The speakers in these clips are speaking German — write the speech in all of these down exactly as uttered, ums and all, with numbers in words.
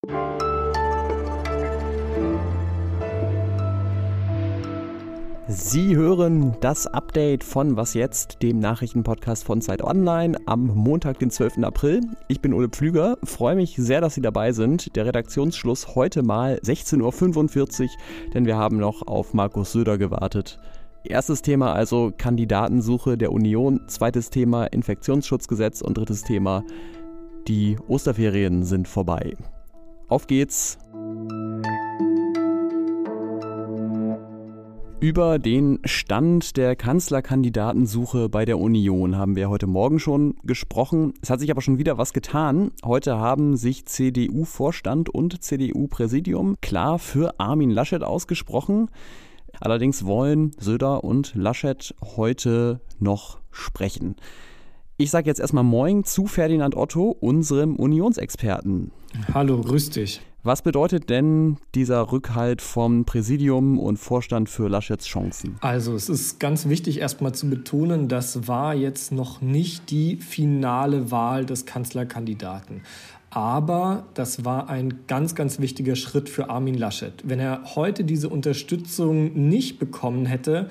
Sie hören das Update von Was Jetzt, dem Nachrichtenpodcast von Zeit Online am Montag, den zwölften April. Ich bin Ole Pflüger, freue mich sehr, dass Sie dabei sind. Der Redaktionsschluss heute mal sechzehn Uhr fünfundvierzig, denn wir haben noch auf Markus Söder gewartet. Erstes Thema also Kandidatensuche der Union, zweites Thema Infektionsschutzgesetz und drittes Thema die Osterferien sind vorbei. Auf geht's! Über den Stand der Kanzlerkandidatensuche bei der Union haben wir heute Morgen schon gesprochen. Es hat sich aber schon wieder was getan. Heute haben sich C D U-Vorstand und C D U-Präsidium klar für Armin Laschet ausgesprochen. Allerdings wollen Söder und Laschet heute noch sprechen. Ich sage jetzt erstmal Moin zu Ferdinand Otto, unserem Unionsexperten. Hallo, grüß dich. Was bedeutet denn dieser Rückhalt vom Präsidium und Vorstand für Laschets Chancen? Also es ist ganz wichtig erstmal zu betonen, das war jetzt noch nicht die finale Wahl des Kanzlerkandidaten. Aber das war ein ganz, ganz wichtiger Schritt für Armin Laschet. Wenn er heute diese Unterstützung nicht bekommen hätte,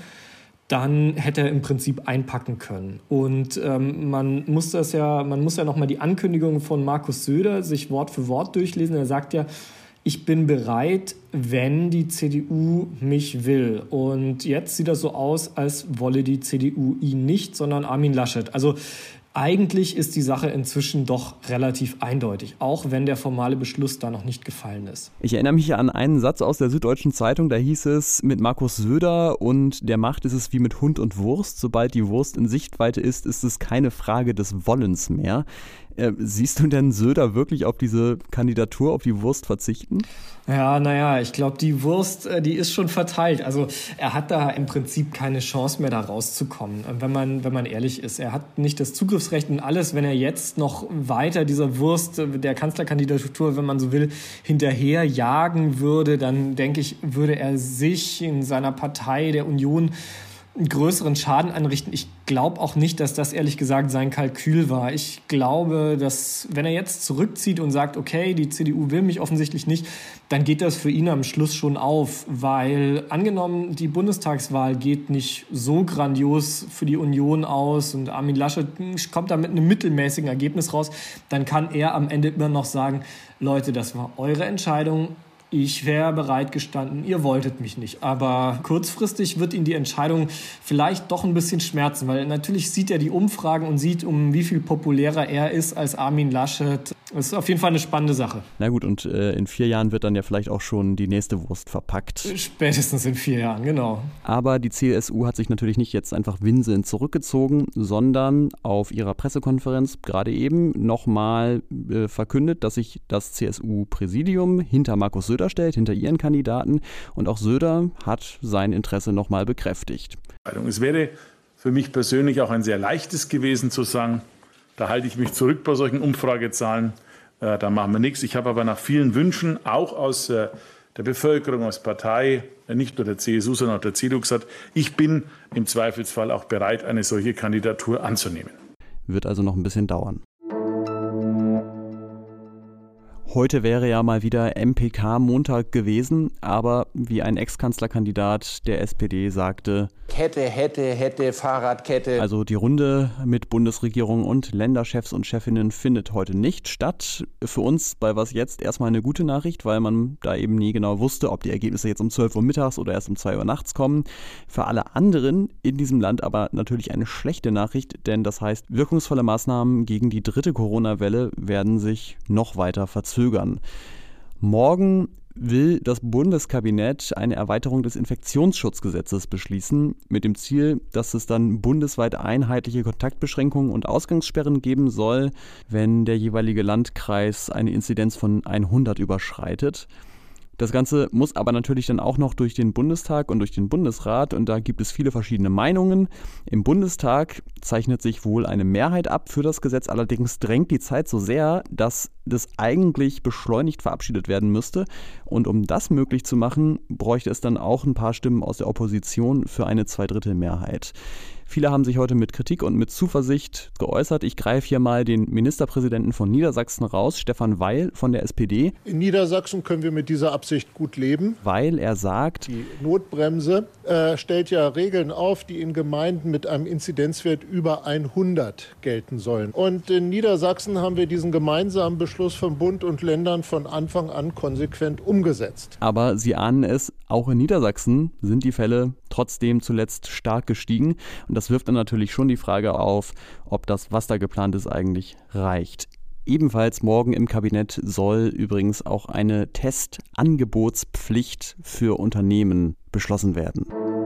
dann hätte er im Prinzip einpacken können. Und ähm, man muss das ja, man muss ja nochmal die Ankündigung von Markus Söder sich Wort für Wort durchlesen. Er sagt ja, ich bin bereit, wenn die C D U mich will. Und jetzt sieht das so aus, als wolle die C D U ihn nicht, sondern Armin Laschet. Also eigentlich ist die Sache inzwischen doch relativ eindeutig, auch wenn der formale Beschluss da noch nicht gefallen ist. Ich erinnere mich an einen Satz aus der Süddeutschen Zeitung, da hieß es, mit Markus Söder und der Macht ist es wie mit Hund und Wurst. Sobald die Wurst in Sichtweite ist, ist es keine Frage des Wollens mehr. Äh, siehst du denn Söder wirklich auf diese Kandidatur, auf die Wurst verzichten? Ja, naja, ich glaube, die Wurst, die ist schon verteilt. Also er hat da im Prinzip keine Chance mehr, da rauszukommen, wenn man, wenn man ehrlich ist. Er hat nicht das Zugriffsrecht und alles, wenn er jetzt noch weiter dieser Wurst der Kanzlerkandidatur, wenn man so will, hinterher jagen würde, dann denke ich, würde er sich in seiner Partei der Union einen größeren Schaden anrichten. Ich glaube auch nicht, dass das ehrlich gesagt sein Kalkül war. Ich glaube, dass wenn er jetzt zurückzieht und sagt, okay, die C D U will mich offensichtlich nicht, dann geht das für ihn am Schluss schon auf, weil angenommen, die Bundestagswahl geht nicht so grandios für die Union aus und Armin Laschet kommt da mit einem mittelmäßigen Ergebnis raus, dann kann er am Ende immer noch sagen, Leute, das war eure Entscheidung. Ich wäre bereit gestanden, ihr wolltet mich nicht. Aber kurzfristig wird ihn die Entscheidung vielleicht doch ein bisschen schmerzen, weil natürlich sieht er die Umfragen und sieht, um wie viel populärer er ist als Armin Laschet. Das ist auf jeden Fall eine spannende Sache. Na gut, und äh, in vier Jahren wird dann ja vielleicht auch schon die nächste Wurst verpackt. Spätestens in vier Jahren, genau. Aber die C S U hat sich natürlich nicht jetzt einfach winselnd zurückgezogen, sondern auf ihrer Pressekonferenz gerade eben nochmal äh, verkündet, dass sich das C S U-Präsidium hinter Markus Söder stellt, hinter ihren Kandidaten. Und auch Söder hat sein Interesse nochmal bekräftigt. Es wäre für mich persönlich auch ein sehr leichtes gewesen zu sagen, da halte ich mich zurück bei solchen Umfragezahlen, äh, da machen wir nichts. Ich habe aber nach vielen Wünschen, auch aus äh, der Bevölkerung, aus Partei, äh, nicht nur der C S U, sondern auch der C D U gesagt, ich bin im Zweifelsfall auch bereit, eine solche Kandidatur anzunehmen. Wird also noch ein bisschen dauern. Heute wäre ja mal wieder M P K-Montag gewesen, aber wie ein Ex-Kanzlerkandidat der S P D sagte, Kette, hätte, hätte, Fahrradkette. Also die Runde mit Bundesregierung und Länderchefs und Chefinnen findet heute nicht statt. Für uns bei Was Jetzt erstmal eine gute Nachricht, weil man da eben nie genau wusste, ob die Ergebnisse jetzt um zwölf Uhr mittags oder erst um zwei Uhr nachts kommen. Für alle anderen in diesem Land aber natürlich eine schlechte Nachricht, denn das heißt, wirkungsvolle Maßnahmen gegen die dritte Corona-Welle werden sich noch weiter verzögern. Morgen will das Bundeskabinett eine Erweiterung des Infektionsschutzgesetzes beschließen, mit dem Ziel, dass es dann bundesweit einheitliche Kontaktbeschränkungen und Ausgangssperren geben soll, wenn der jeweilige Landkreis eine Inzidenz von hundert überschreitet. Das Ganze muss aber natürlich dann auch noch durch den Bundestag und durch den Bundesrat und da gibt es viele verschiedene Meinungen. Im Bundestag zeichnet sich wohl eine Mehrheit ab für das Gesetz, allerdings drängt die Zeit so sehr, dass das eigentlich beschleunigt verabschiedet werden müsste. Und um das möglich zu machen, bräuchte es dann auch ein paar Stimmen aus der Opposition für eine Zweidrittelmehrheit. Viele haben sich heute mit Kritik und mit Zuversicht geäußert. Ich greife hier mal den Ministerpräsidenten von Niedersachsen raus, Stefan Weil von der S P D. In Niedersachsen können wir mit dieser Absicht gut leben. Weil er sagt, die Notbremse äh, stellt ja Regeln auf, die in Gemeinden mit einem Inzidenzwert über hundert gelten sollen. Und in Niedersachsen haben wir diesen gemeinsamen Beschluss von Bund und Ländern von Anfang an konsequent umgesetzt. Aber Sie ahnen es, auch in Niedersachsen sind die Fälle trotzdem zuletzt stark gestiegen. Und das wirft dann natürlich schon die Frage auf, ob das, was da geplant ist, eigentlich reicht. Ebenfalls morgen im Kabinett soll übrigens auch eine Testangebotspflicht für Unternehmen beschlossen werden.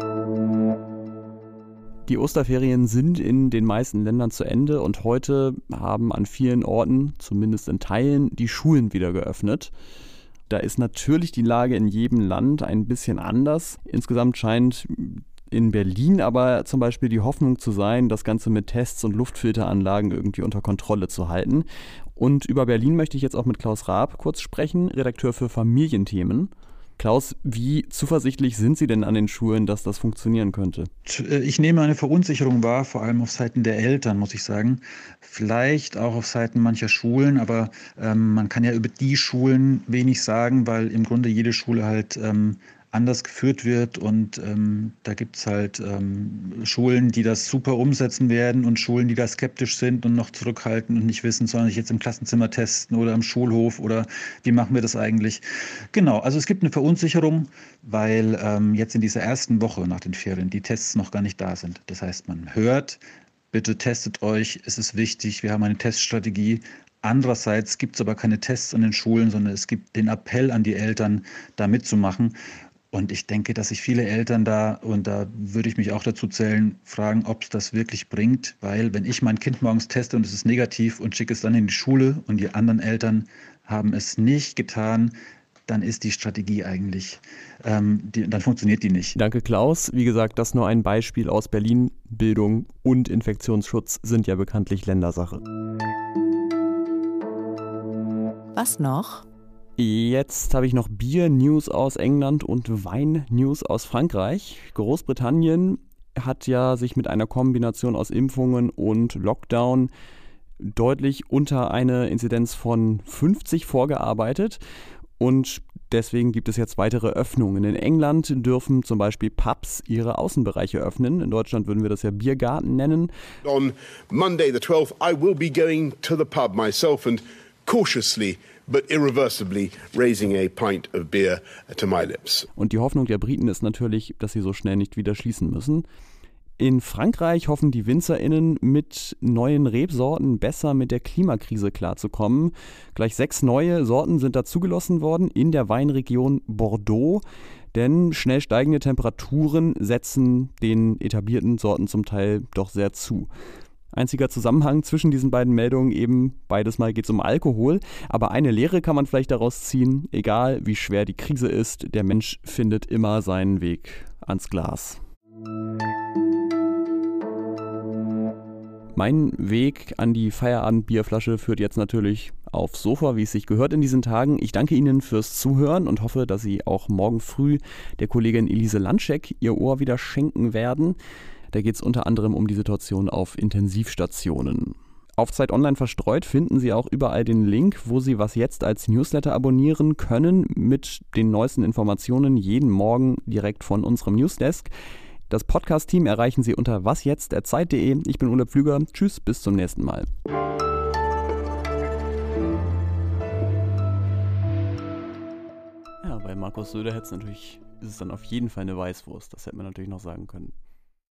Die Osterferien sind in den meisten Ländern zu Ende und heute haben an vielen Orten, zumindest in Teilen, die Schulen wieder geöffnet. Da ist natürlich die Lage in jedem Land ein bisschen anders. Insgesamt scheint in Berlin aber zum Beispiel die Hoffnung zu sein, das Ganze mit Tests und Luftfilteranlagen irgendwie unter Kontrolle zu halten. Und über Berlin möchte ich jetzt auch mit Klaus Raab kurz sprechen, Redakteur für Familienthemen. Klaus, wie zuversichtlich sind Sie denn an den Schulen, dass das funktionieren könnte? Ich nehme eine Verunsicherung wahr, vor allem auf Seiten der Eltern, muss ich sagen. Vielleicht auch auf Seiten mancher Schulen, aber ähm, man kann ja über die Schulen wenig sagen, weil im Grunde jede Schule halt ähm, anders geführt wird und ähm, da gibt es halt ähm, Schulen, die das super umsetzen werden und Schulen, die da skeptisch sind und noch zurückhalten und nicht wissen, sollen sich jetzt im Klassenzimmer testen oder am Schulhof oder wie machen wir das eigentlich? Genau, also es gibt eine Verunsicherung, weil ähm, jetzt in dieser ersten Woche nach den Ferien die Tests noch gar nicht da sind. Das heißt, man hört, bitte testet euch, es ist wichtig, wir haben eine Teststrategie. Andererseits gibt es aber keine Tests an den Schulen, sondern es gibt den Appell an die Eltern, da mitzumachen. Und ich denke, dass sich viele Eltern da, und da würde ich mich auch dazu zählen, fragen, ob es das wirklich bringt. Weil wenn ich mein Kind morgens teste und es ist negativ und schicke es dann in die Schule und die anderen Eltern haben es nicht getan, dann ist die Strategie eigentlich, ähm, die, dann funktioniert die nicht. Danke, Klaus. Wie gesagt, das nur ein Beispiel aus Berlin. Bildung und Infektionsschutz sind ja bekanntlich Ländersache. Was noch? Jetzt habe ich noch Bier-News aus England und Wein-News aus Frankreich. Großbritannien hat ja sich mit einer Kombination aus Impfungen und Lockdown deutlich unter eine Inzidenz von fünfzig vorgearbeitet. Und deswegen gibt es jetzt weitere Öffnungen. In England dürfen zum Beispiel Pubs ihre Außenbereiche öffnen. In Deutschland würden wir das ja Biergarten nennen. On Monday the twelfth, I will be going to the pub myself and cautiously but irreversibly raising a pint of beer to my lips. Und die Hoffnung der Briten ist natürlich, dass sie so schnell nicht wieder schließen müssen. In Frankreich hoffen die WinzerInnen mit neuen Rebsorten besser mit der Klimakrise klarzukommen. Gleich sechs neue Sorten sind da zugelassen worden in der Weinregion Bordeaux. Denn schnell steigende Temperaturen setzen den etablierten Sorten zum Teil doch sehr zu. Einziger Zusammenhang zwischen diesen beiden Meldungen, eben beides Mal geht es um Alkohol. Aber eine Lehre kann man vielleicht daraus ziehen, egal wie schwer die Krise ist, der Mensch findet immer seinen Weg ans Glas. Mein Weg an die Feierabendbierflasche führt jetzt natürlich aufs Sofa, wie es sich gehört in diesen Tagen. Ich danke Ihnen fürs Zuhören und hoffe, dass Sie auch morgen früh der Kollegin Elise Landschek Ihr Ohr wieder schenken werden. Da geht es unter anderem um die Situation auf Intensivstationen. Auf Zeit Online verstreut finden Sie auch überall den Link, wo Sie Was Jetzt als Newsletter abonnieren können mit den neuesten Informationen jeden Morgen direkt von unserem Newsdesk. Das Podcast-Team erreichen Sie unter wasjetzt at zeit punkt de. Ich bin Ole Pflüger. Tschüss, bis zum nächsten Mal. Ja, bei Markus Söder hätte es natürlich, ist es dann auf jeden Fall eine Weißwurst. Das hätte man natürlich noch sagen können.